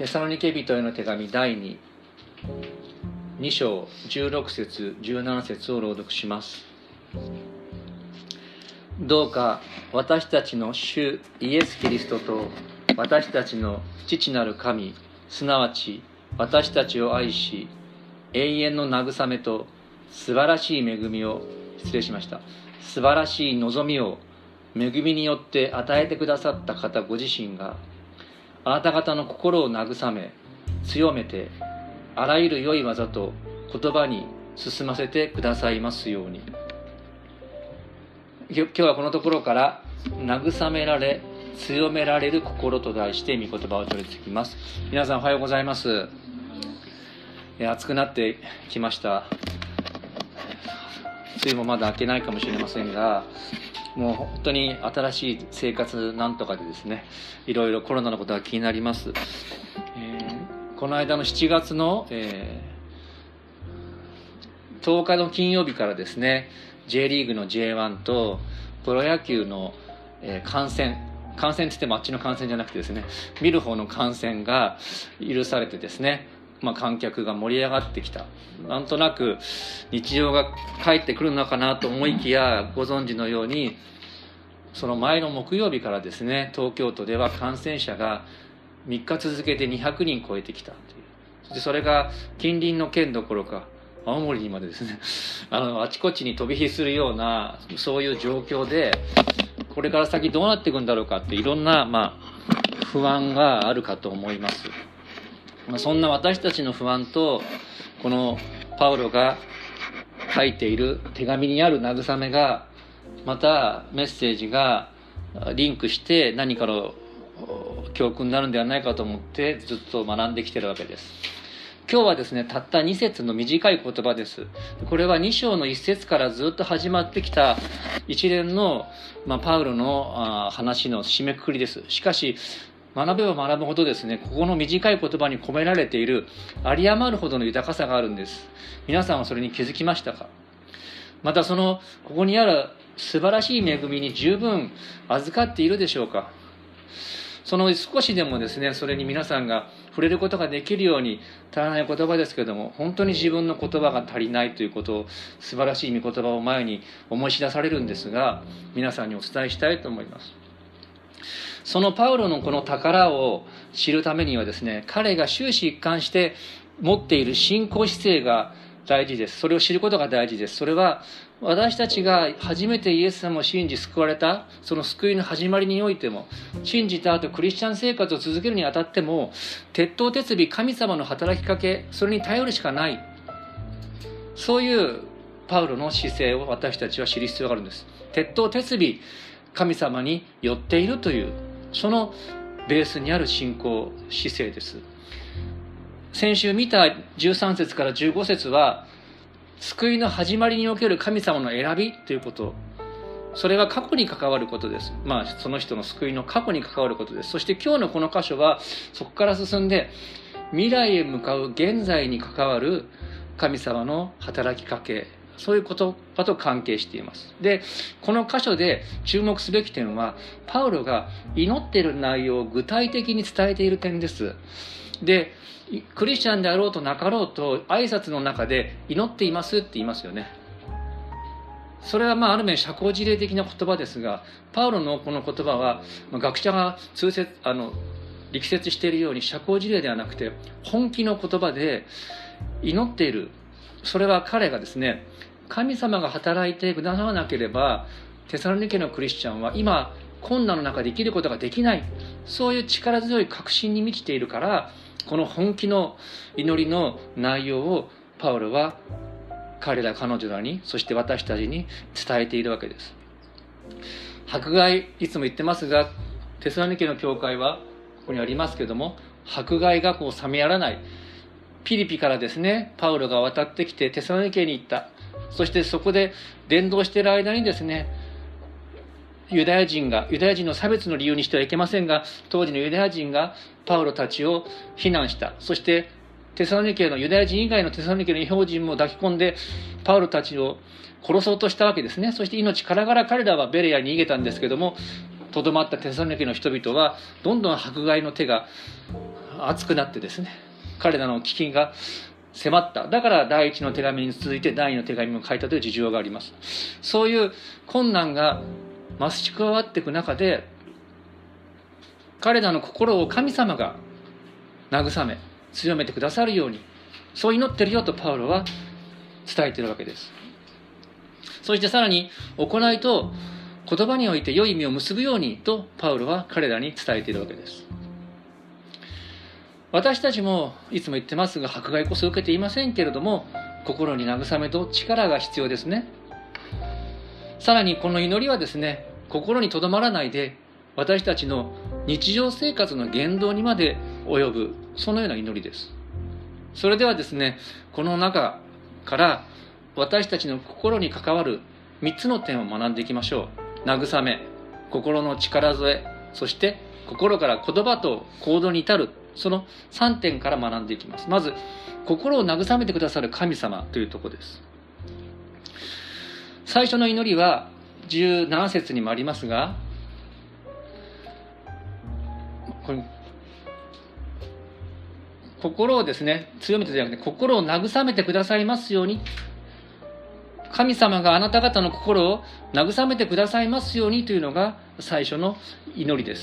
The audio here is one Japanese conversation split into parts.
テサロニケ人への手紙第2章16節17節を朗読します。どうか私たちの主イエス・キリストと私たちの父なる神、すなわち私たちを愛し永遠の慰めと素晴らしい恵みを素晴らしい望みを恵みによって与えてくださった方ご自身があなた方の心を慰め強めてあらゆる良い技と言葉に進ませてくださいますように。今日はこのところから慰められ強められる心と題して御言葉を取り次ぎます。皆さんおはようございます。暑くなってきました。梅雨もまだ明けないかもしれませんが、もう本当に新しい生活なんとかでですね、いろいろコロナのことが気になります。この間の7月の、10日の金曜日からですね、J リーグの J1 とプロ野球の、観戦って言ってもあっちの観戦じゃなくてですね、見る方の観戦が許されてですね、観客が盛り上がってきた。なんとなく日常が帰ってくるのかなと思いきや、ご存知のようにその前の木曜日からですね、東京都では感染者が3日続けて200人超えてきたという。でそれが近隣の県どころか青森にまでですね、あちこちに飛び火するようなそういう状況で、これから先どうなっていくんだろうかっていろんな不安があるかと思います。そんな私たちの不安とこのパウロが書いている手紙にある慰めが、またメッセージがリンクして何かの教訓になるんではないかと思ってずっと学んできているわけです。今日はですね、たった2節の短い言葉です。これは2章の1節からずっと始まってきた一連の、パウロの話の締めくくりです。しかし学べば学ぶほどですね、ここの短い言葉に込められている有り余るほどの豊かさがあるんです。皆さんはそれに気づきましたか？またここにある素晴らしい恵みに十分預かっているでしょうか？その少しでもですね、それに皆さんが触れることができるように、足らない言葉ですけれども、本当に自分の言葉が足りないということを、素晴らしい御言葉を前に思い知らされるんですが、皆さんにお伝えしたいと思います。そのパウロのこの宝を知るためにはですね、彼が終始一貫して持っている信仰姿勢が大事です。それを知ることが大事です。それは私たちが初めてイエス様を信じ救われた、その救いの始まりにおいても、信じた後クリスチャン生活を続けるにあたっても、徹頭徹尾神様の働きかけ、それに頼るしかない、そういうパウロの姿勢を私たちは知る必要があるんです。徹頭徹尾神様に寄っているという、そのベースにある信仰姿勢です。先週見た13節から15節は、救いの始まりにおける神様の選びということ、それは過去に関わることです。その人の救いの過去に関わることです。そして今日のこの箇所はそこから進んで未来へ向かう現在に関わる神様の働きかけ、そういう言葉と関係しています。で、この箇所で注目すべき点は、パウロが祈っている内容を具体的に伝えている点です。で、クリスチャンであろうとなかろうと挨拶の中で祈っていますって言いますよね。それはある面社交辞令的な言葉ですが、パウロのこの言葉は学者が力説しているように社交辞令ではなくて本気の言葉で祈っている。それは彼がですね、神様が働いてくださらなければテサロニケのクリスチャンは今困難の中で生きることができない、そういう力強い確信に満ちているから、この本気の祈りの内容をパウロは彼女らに、そして私たちに伝えているわけです。迫害、いつも言ってますが、テサロニケの教会はここにありますけども、迫害が冷めやらない。ピリピからですね、パウロが渡ってきてテサロニケに行った。そしてそこで伝道している間にですね、ユダヤ人の差別の理由にしてはいけませんが、当時のユダヤ人がパウロたちを非難した。そしてテサロニケのユダヤ人以外のテサロニケの異邦人も抱き込んでパウロたちを殺そうとしたわけですね。そして命からがら彼らはベレアに逃げたんですけども、とどまったテサロニケの人々はどんどん迫害の手が熱くなってですね、彼らの危機が迫った。だから第一の手紙に続いて第二の手紙も書いたという事情があります。そういう困難が増し加わっていく中で、彼らの心を神様が慰め強めてくださるように、そう祈ってるよとパウロは伝えているわけです。そしてさらに、行いと言葉において良い意味を結ぶようにとパウロは彼らに伝えているわけです。私たちもいつも言ってますが、迫害こそ受けていませんけれども、心に慰めと力が必要ですね。さらにこの祈りはですね、心にとどまらないで、私たちの日常生活の言動にまで及ぶ、そのような祈りです。それではですね、この中から私たちの心に関わる3つの点を学んでいきましょう。慰め、心の力添え、そして心から言葉と行動に至る、その3点から学んでいきます。まず、心を慰めてくださる神様というところです。最初の祈りは17節にもありますが、心をですね、強めてじゃなくて、心を慰めてくださいますように、神様があなた方の心を慰めてくださいますようにというのが最初の祈りです。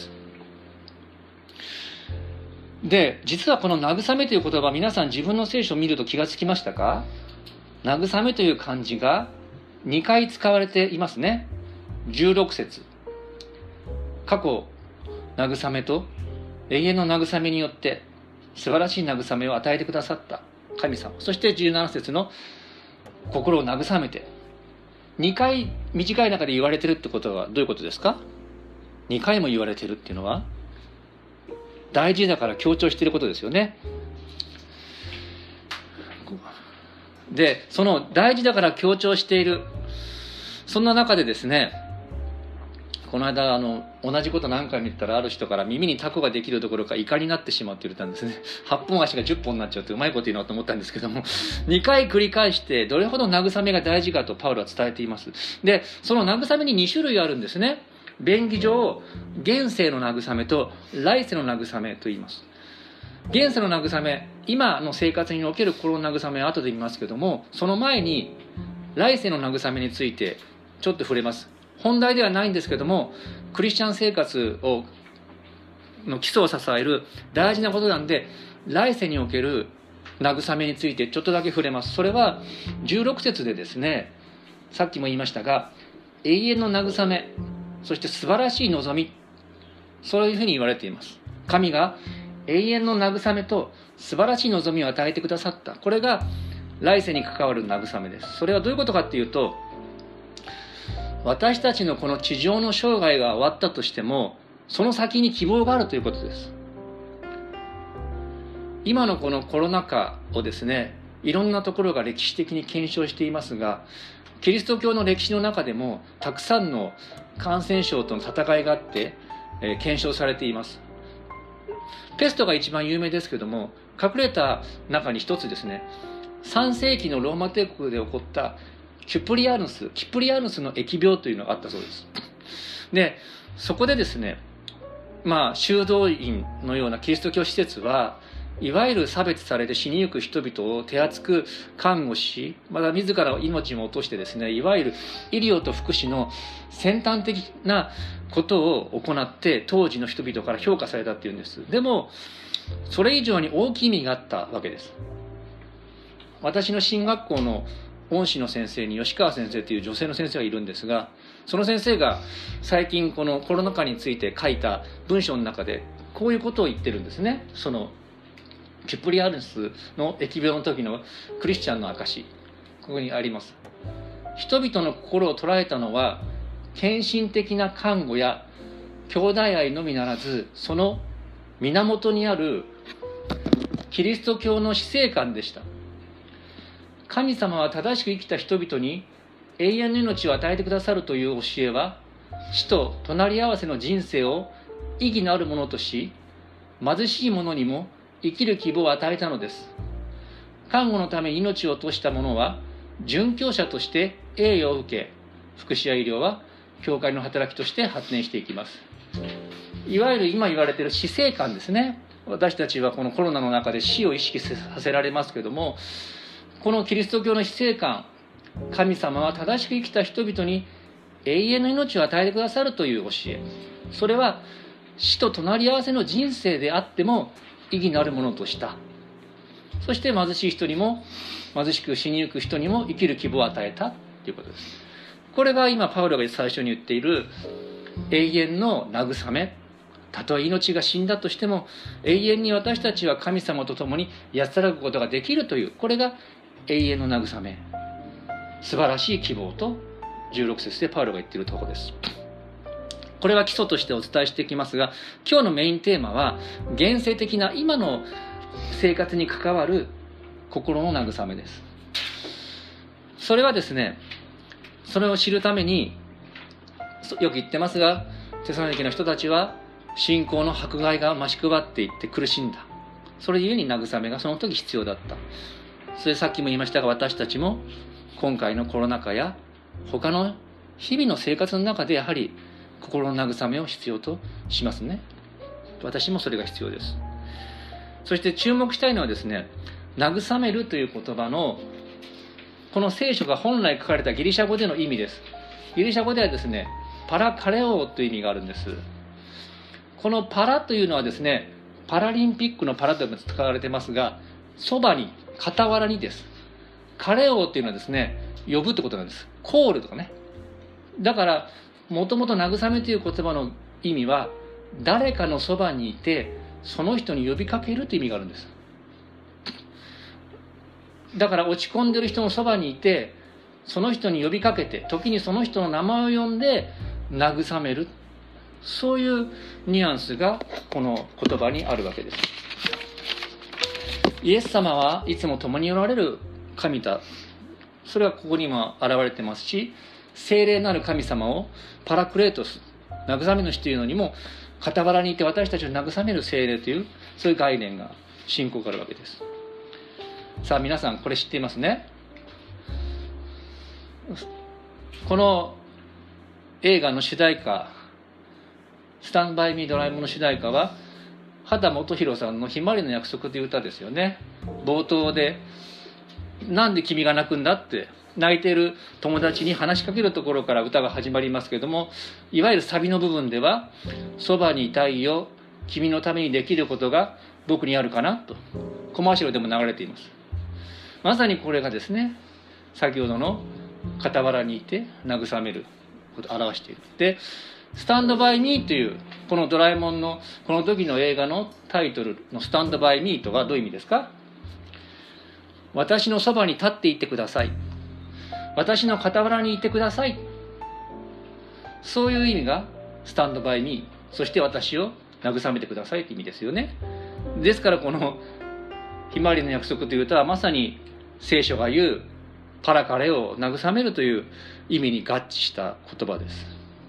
で、実はこの慰めという言葉、皆さん自分の聖書を見ると気がつきましたか？慰めという漢字が2回使われていますね。16節。過去、慰めと永遠の慰めによって素晴らしい慰めを与えてくださった神様。そして17節の心を慰めて。2回短い中で言われてるってことはどういうことですか？ 2 回も言われてるっていうのは大事だから強調していることですよね。で、その大事だから強調している、そんな中でですね、この間同じこと何回も言ったら、ある人から耳にタコができるどころかイカになってしまうって言われたんですね。8本足が10本になっちゃうってうまいこと言うなと思ったんですけども、2回繰り返してどれほど慰めが大事かとパウロは伝えています。で、その慰めに2種類あるんですね。便宜上、現世の慰めと来世の慰めと言います。現世の慰め、今の生活における心の慰めは後で見ますけども、その前に来世の慰めについてちょっと触れます。本題ではないんですけども、クリスチャン生活の基礎を支える大事なことなんで、来世における慰めについてちょっとだけ触れます。それは16節でですね、さっきも言いましたが、永遠の慰め、そして素晴らしい望み、そういうふうに言われています。神が永遠の慰めと素晴らしい望みを与えてくださった。これが来世に関わる慰めです。それはどういうことかっていうと、私たちのこの地上の生涯が終わったとしても、その先に希望があるということです。今のこのコロナ禍をですね、いろんなところが歴史的に検証していますが、キリスト教の歴史の中でもたくさんの感染症との戦いがあって、検証されています。ペストが一番有名ですけども、隠れた中に一つですね、3世紀のローマ帝国で起こったキプリアヌスの疫病というのがあったそうです。で、そこでですね、修道院のようなキリスト教施設はいわゆる差別されて死にゆく人々を手厚く看護し、また自ら命も落としてですね、いわゆる医療と福祉の先端的なことを行って当時の人々から評価されたっていうんです。でもそれ以上に大きい意味があったわけです。私の進学校の恩師の先生に吉川先生という女性の先生がいるんですが、その先生が最近このコロナ禍について書いた文章の中でこういうことを言ってるんですね。そのキプリアヌスの疫病の時のクリスチャンの証、ここにあります。人々の心を捉えたのは献身的な看護や兄弟愛のみならず、その源にあるキリスト教の死生観でした。神様は正しく生きた人々に永遠の命を与えてくださるという教えは、死と隣り合わせの人生を意義のあるものとし、貧しい者にも生きる希望を与えたのです。看護のために命を落とした者は殉教者として栄誉を受け、福祉や医療は教会の働きとして発展していきます。いわゆる今言われている死生観ですね。 私たちはこのコロナの中で死を意識させられますけども、このキリスト教の死生観、神様は正しく生きた人々に永遠の命を与えてくださるという教え、それは死と隣り合わせの人生であっても意義のあるものとした。そして貧しい人にも、貧しく死にゆく人にも生きる希望を与えたということです。これが今パウロが最初に言っている永遠の慰め。たとえ命が死んだとしても永遠に私たちは神様と共に安らぐことができるという、これが永遠の慰め、素晴らしい希望と16節でパウロが言っているところです。これは基礎としてお伝えしていきますが、今日のメインテーマは現世的な今の生活に関わる心の慰めです。それはですね、それを知るためによく言ってますが、テサロニケの人たちは信仰の迫害が増し配っていって苦しんだ。それゆえに慰めがその時必要だった。それさっきも言いましたが、私たちも今回のコロナ禍や他の日々の生活の中でやはり心の慰めを必要としますね。私もそれが必要です。そして注目したいのはですね、慰めるという言葉のこの聖書が本来書かれたギリシャ語での意味です。ギリシャ語ではですね、パラカレオという意味があるんです。このパラというのはですね、パラリンピックのパラとも使われてますが、そばに、傍らにです。カレオというのはですね、呼ぶってことなんです。コールとかね。だからもともと慰めという言葉の意味は、誰かのそばにいてその人に呼びかけるという意味があるんです。だから落ち込んでる人のそばにいてその人に呼びかけて、時にその人の名前を呼んで慰める、そういうニュアンスがこの言葉にあるわけです。イエス様はいつも共におられる神だ、それはここにも現れてますし、聖霊なる神様をパラクレートス、慰め主というのにも傍らにいて私たちを慰める聖霊という、そういう概念が信仰からあるわけです。さあ皆さん、これ知っていますね。この映画の主題歌、スタンバイミードラえもんの主題歌は畑基博さんのひまわりの約束という歌ですよね。冒頭でなんで君が泣くんだって泣いている友達に話しかけるところから歌が始まりますけれども、いわゆるサビの部分では、そばにいたいよ、君のためにできることが僕にあるかなとコマーシャルでも流れています。まさにこれがですね、先ほどの傍らにいて慰めることを表している。で、スタンドバイミーというこのドラえもんのこの時の映画のタイトルのスタンドバイミーとはどういう意味ですか？私のそばに立っていてください、私の傍らにいてください、そういう意味がスタンドバイミー、そして私を慰めてくださいという意味ですよね。ですからこのひまわりの約束という歌はまさに聖書が言うパラカレを慰めるという意味に合致した言葉です。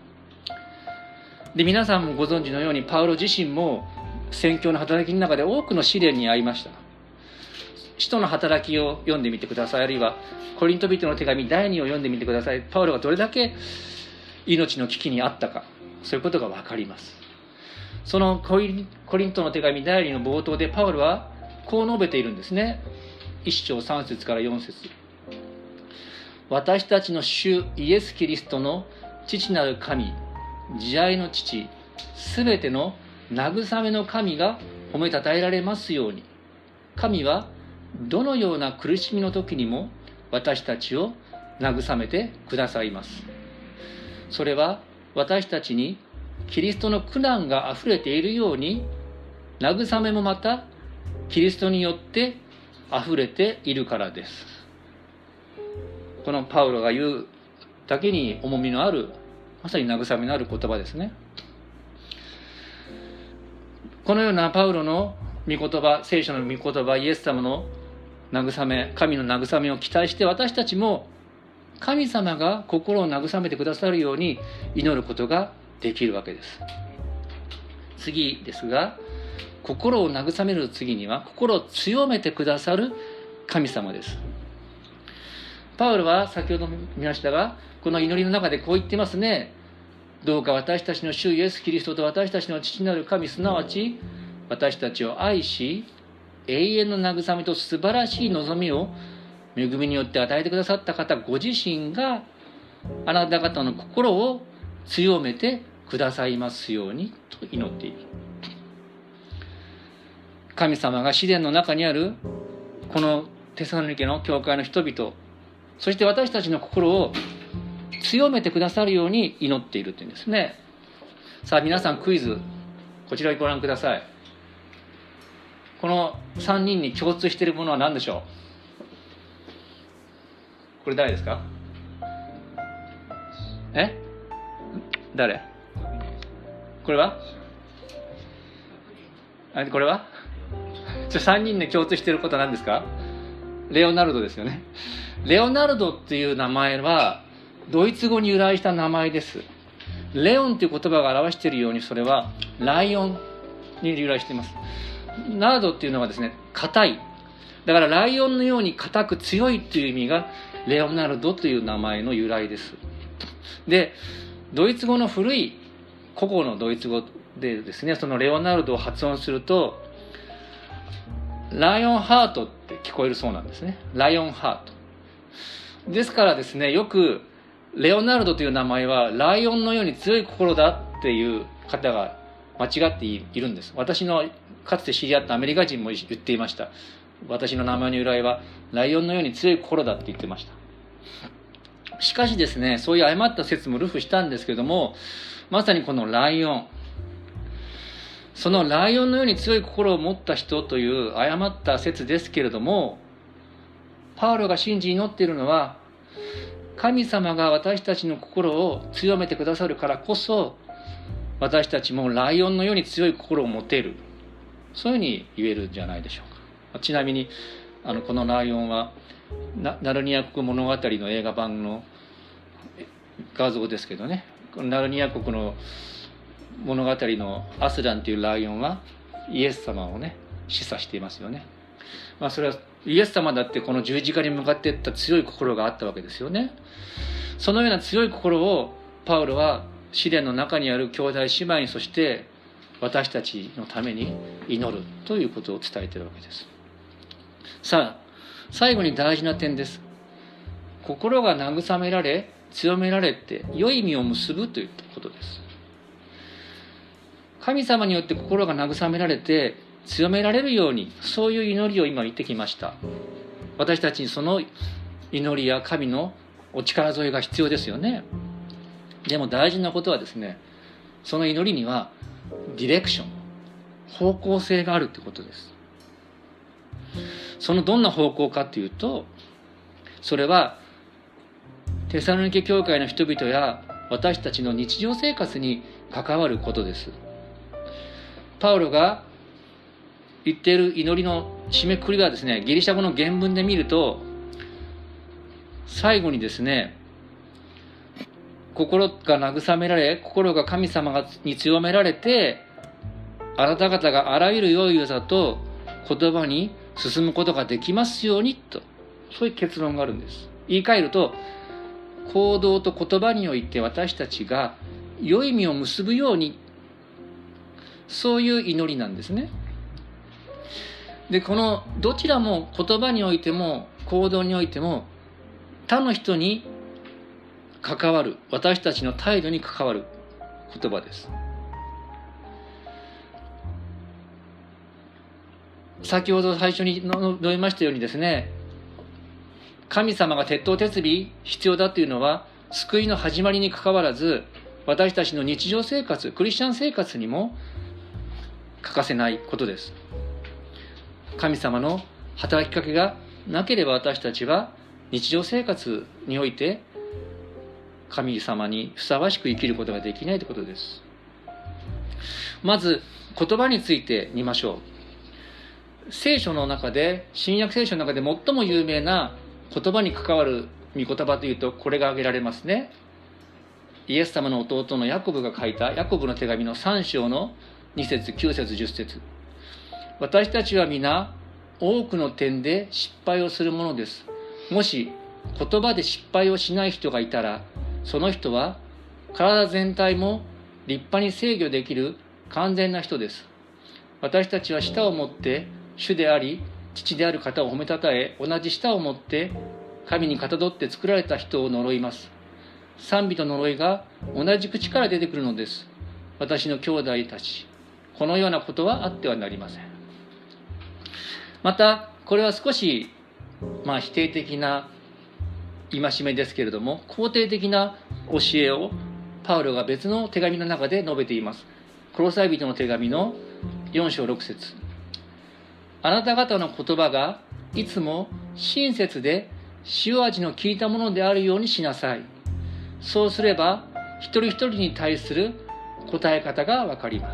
で、皆さんもご存知のようにパウロ自身も宣教の働きの中で多くの試練に遭いました。使徒の働きを読んでみてください。あるいはコリント人の手紙第2を読んでみてください。パウロがどれだけ命の危機にあったか、そういうことが分かります。そのコリントの手紙第2の冒頭でパウロはこう述べているんですね。1章3節から4節。私たちの主イエス・キリストの父なる神、慈愛の父、すべての慰めの神が褒めたたえられますように。神はどのような苦しみの時にも私たちを慰めてくださいます。それは私たちにキリストの苦難があふれているように、慰めもまたキリストによってあふれているからです。このパウロが言うだけに重みのある、まさに慰めのある言葉ですね。このようなパウロの御言葉、聖書の御言葉、イエス様の慰め、神の慰めを期待して私たちも神様が心を慰めてくださるように祈ることができるわけです。次ですが、心を慰める次には心を強めてくださる神様です。パウロは先ほど見ましたが、この祈りの中でこう言ってますね。どうか私たちの主イエス・キリストと私たちの父なる神、すなわち私たちを愛し、永遠の慰めと素晴らしい望みを恵みによって与えてくださった方ご自身が、あなた方の心を強めてくださいますようにと祈っている。神様が試練の中にあるこのテサロニケの教会の人々、そして私たちの心を強めてくださるように祈っているというんですね。さあ皆さん、クイズ、こちらをご覧ください。この3人に共通しているものは何でしょう？これ誰ですか？誰？これは？これは？3人で共通していることは何ですか？レオナルドですよね。レオナルドっていう名前はドイツ語に由来した名前です。レオンという言葉が表しているように、それはライオンに由来しています。ナルドっていうのはですね、硬い。だからライオンのように硬く強いという意味がレオナルドという名前の由来です。で、ドイツ語の古い古語のドイツ語でですね、そのレオナルドを発音するとライオンハートって聞こえるそうなんですね。ライオンハートですからですね、よくレオナルドという名前はライオンのように強い心だっていう方が間違っているんです。私のかつて知り合ったアメリカ人も言っていました。私の名前の由来はライオンのように強い心だって言ってました。しかしですね、そういう誤った説も流布したんですけども、まさにこのライオン、そのライオンのように強い心を持った人という誤った説ですけれども、パウロが信じ祈っているのは、神様が私たちの心を強めてくださるからこそ、私たちもライオンのように強い心を持てる、そういうふうに言えるんじゃないでしょうか。ちなみにこのライオンはナルニア国物語の映画版の画像ですけどね、このナルニア国の物語のアスランというライオンはイエス様をね示唆していますよね。それはイエス様だってこの十字架に向かっていった強い心があったわけですよね。そのような強い心をパウロは試練の中にある兄弟姉妹に、そして私たちのために祈るということを伝えているわけです。さあ、最後に大事な点です。心が慰められ強められて良い実を結ぶということです。神様によって心が慰められて強められるように、そういう祈りを今言ってきました。私たちにその祈りや神のお力添えが必要ですよね。でも大事なことはですね、その祈りにはディレクション、方向性があるってことです。そのどんな方向かというと、それはテサロニケ教会の人々や私たちの日常生活に関わることです。パウロが言っている祈りの締めくくりはですね、ギリシャ語の原文で見ると、最後にですね、心が慰められ、心が神様に強められて、あなた方があらゆる良い技と言葉に進むことができますようにと、そういう結論があるんです。言い換えると、行動と言葉において私たちが良い実を結ぶように、そういう祈りなんですね。で、このどちらも言葉においても行動においても他の人に関わる、私たちの態度に関わる言葉です。先ほど最初に述べましたようにですね、神様が徹頭徹尾必要だというのは救いの始まりに関わらず、私たちの日常生活、クリスチャン生活にも欠かせないことです。神様の働きかけがなければ私たちは日常生活において神様にふさわしく生きることができないということです。まず言葉について見ましょう。聖書の中で、新約聖書の中で最も有名な言葉に関わる御言葉というとこれが挙げられますね。イエス様の弟のヤコブが書いたヤコブの手紙の3章の2節9節10節、私たちは皆多くの点で失敗をするものです。もし言葉で失敗をしない人がいたら、その人は体全体も立派に制御できる完全な人です。 私たちは舌を持って主であり父である方を褒めたたえ、同じ舌を持って神にかたどって作られた人を呪います。賛美と呪いが同じ口から出てくるのです。私の兄弟たち、このようなことはあってはなりません。またこれは少し否定的な戒めですけれども、肯定的な教えをパウロが別の手紙の中で述べています。コロサイ人の手紙の4章6節、あなた方の言葉がいつも親切で塩味の効いたものであるようにしなさい。そうすれば一人一人に対する答え方が分かります。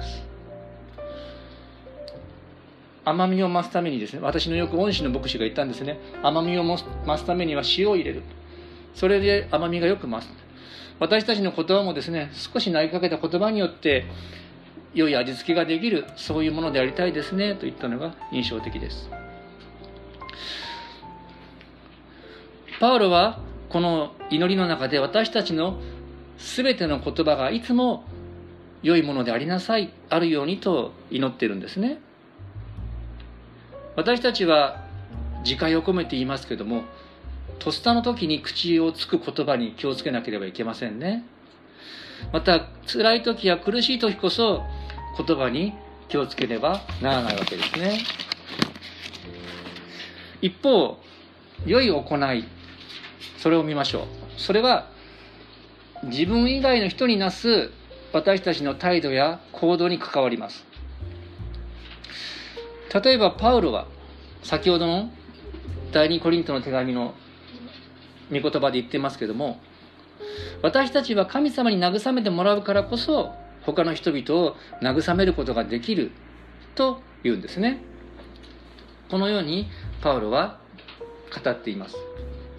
甘みを増すためにですね、私のよく恩師の牧師が言ったんですね。甘みを増すためには塩を入れる。それで甘みがよく増す。私たちの言葉もですね、少し投げかけた言葉によって良い味付けができる、そういうものでありたいですねと言ったのが印象的です。パウロはこの祈りの中で私たちの全ての言葉がいつも良いものでありなさい、あるようにと祈っているんですね。私たちは自戒を込めて言いますけれども、とっさの時に口をつく言葉に気をつけなければいけませんね。また辛い時や苦しい時こそ言葉に気をつければならないわけですね。一方、良い行い、それを見ましょう。それは自分以外の人になす私たちの態度や行動に関わります。例えばパウロは先ほどの第2コリントの手紙の御言葉で言ってますけども、私たちは神様に慰めてもらうからこそ他の人々を慰めることができると言うんですね。このようにパウロは語っています。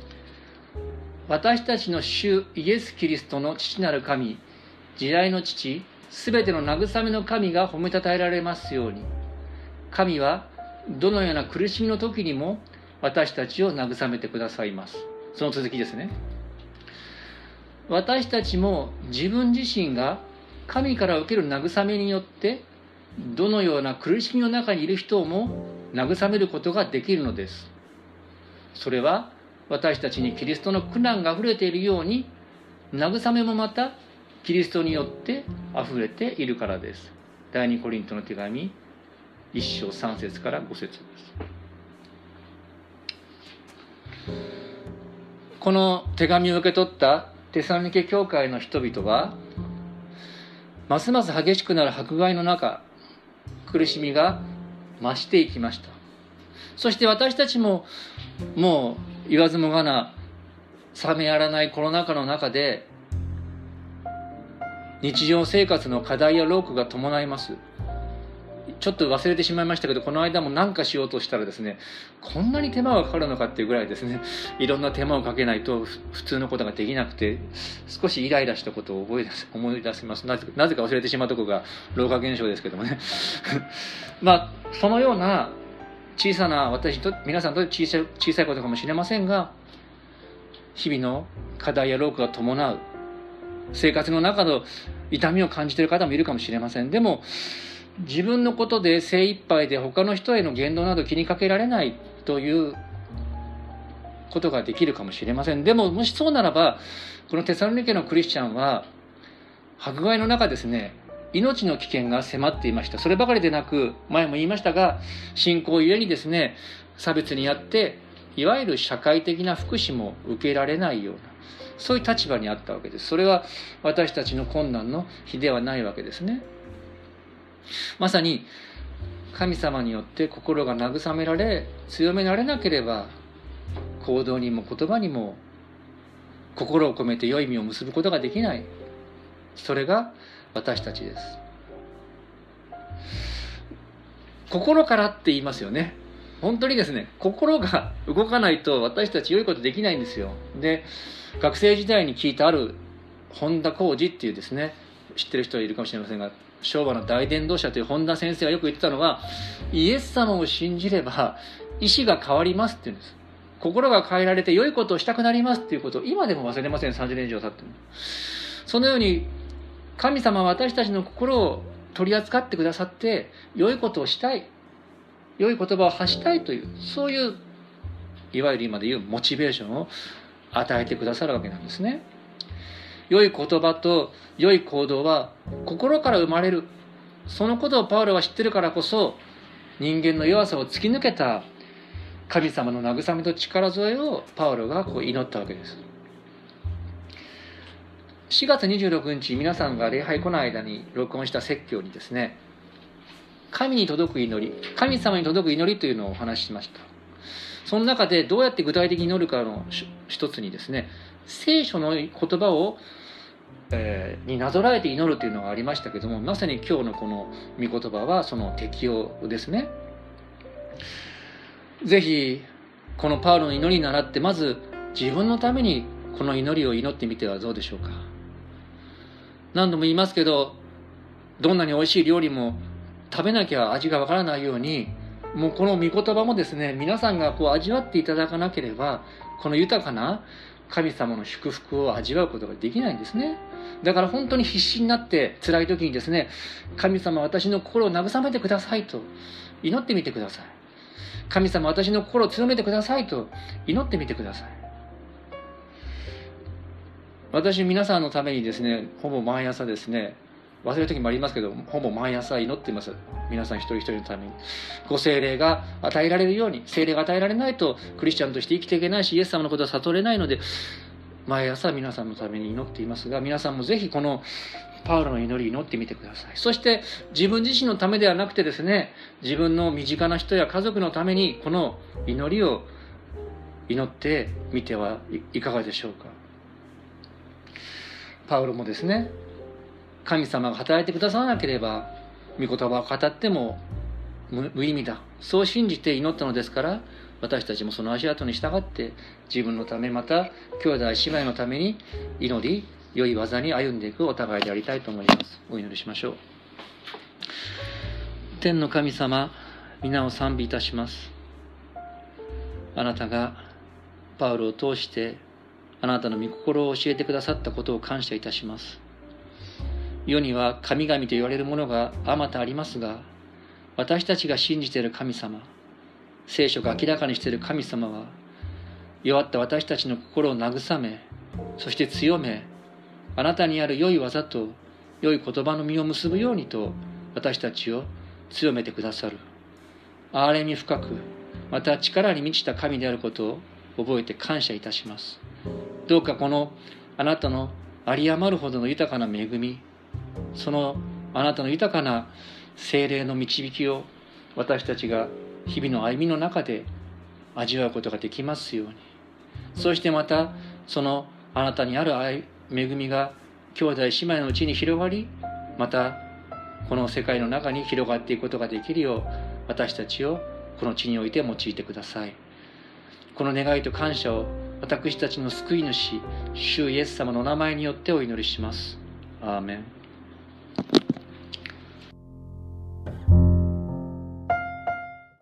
私たちの主イエス・キリストの父なる神、慈愛の父、すべての慰めの神が褒めたたえられますように。神はどのような苦しみの時にも私たちを慰めてくださいます。その続きですね。私たちも自分自身が神から受ける慰めによってどのような苦しみの中にいる人をも慰めることができるのです。それは私たちにキリストの苦難があふれているように、慰めもまたキリストによってあふれているからです。第2コリントの手紙1章3節から5節です。この手紙を受け取ったテサロニケ教会の人々は、ますます激しくなる迫害の中、苦しみが増していきました。そして私たちももう言わずもがな冷めやらないコロナ禍の中で日常生活の課題や労苦が伴います。ちょっと忘れてしまいましたけど、この間も何かしようとしたらですね、こんなに手間がかかるのかっていうぐらいですね、いろんな手間をかけないと普通のことができなくて、少しイライラしたことを思い出せます。なぜか忘れてしまうところが老化現象ですけどもねそのような小さな、皆さんと小さいことかもしれませんが、日々の課題や労苦が伴う生活の中の痛みを感じている方もいるかもしれません。でも自分のことで精一杯で他の人への言動など気にかけられないということができるかもしれません。でももしそうならば、このテサロニケのクリスチャンは迫害の中ですね、命の危険が迫っていました。そればかりでなく、前も言いましたが、信仰ゆえにですね、差別にあっていわゆる社会的な福祉も受けられないような、そういう立場にあったわけです。それは私たちの困難の比ではないわけですね。まさに神様によって心が慰められ強められなければ、行動にも言葉にも心を込めて良い実を結ぶことができない。それが私たちです。心からって言いますよね。本当にですね、心が動かないと私たち良いことできないんですよ。で、学生時代に聞いたある本田浩二っていうですね、知ってる人はいるかもしれませんが、昭和の大伝道者という本田先生がよく言ってたのは、イエス様を信じれば意志が変わりますって言うんです。心が変えられて良いことをしたくなりますっていうことを今でも忘れません。30年以上経っても。そのように神様は私たちの心を取り扱ってくださって、良いことをしたい、良い言葉を発したいという、そういういわゆる今でいうモチベーションを与えてくださるわけなんですね。良い言葉と良い行動は心から生まれる。そのことをパウロは知ってるからこそ、人間の弱さを突き抜けた神様の慰めと力添えをパウロが祈ったわけです。4月26日、皆さんが礼拝来ない間に録音した説教にですね、神に届く祈り、神様に届く祈りというのをお話ししました。その中でどうやって具体的に祈るかの一つにですね、聖書の言葉を、になぞらえて祈るというのがありましたけども、まさに今日のこの御言葉はその適用ですね。ぜひこのパウロの祈りに倣って、まず自分のためにこの祈りを祈ってみてはどうでしょうか。何度も言いますけど、どんなに美味しい料理も食べなきゃ味がわからないように、もうこの御言葉もですね、皆さんが味わっていただかなければ、この豊かな神様の祝福を味わうことができないんですね。だから本当に必死になって辛い時にですね、神様私の心を慰めてくださいと祈ってみてください。神様私の心を強めてくださいと祈ってみてください。私皆さんのためにですね、ほぼ毎朝ですね、忘れる時もありますけど、ほぼ毎朝祈っています。皆さん一人一人のためにご聖霊が与えられるように。聖霊が与えられないとクリスチャンとして生きていけないし、イエス様のことは悟れないので、毎朝皆さんのために祈っていますが、皆さんもぜひこのパウロの祈り祈ってみてください。そして自分自身のためではなくてですね、自分の身近な人や家族のためにこの祈りを祈ってみてはいかがでしょうか。パウロもですね、神様が働いてくださらなければ御言葉を語っても無意味だ、そう信じて祈ったのですから、私たちもその足跡に従って自分のため、また兄弟姉妹のために祈り、良い技に歩んでいくお互いでありたいと思います。お祈りしましょう。天の神様、皆を賛美いたします。あなたがパウロを通してあなたの御心を教えてくださったことを感謝いたします。世には神々と言われるものがあまたありますが、私たちが信じている神様、聖書が明らかにしている神様は、弱った私たちの心を慰め、そして強め、あなたにある良い技と良い言葉の実を結ぶようにと私たちを強めてくださる。憐れみ深く、また力に満ちた神であることを覚えて感謝いたします。どうかこのあなたの有り余るほどの豊かな恵み、そのあなたの豊かな聖霊の導きを私たちが日々の歩みの中で味わうことができますように。そしてまたそのあなたにある恵みが兄弟姉妹のうちに広がり、またこの世界の中に広がっていくことができるよう、私たちをこの地において用いてください。この願いと感謝を私たちの救い主、主イエス様のお名前によってお祈りします。アーメン。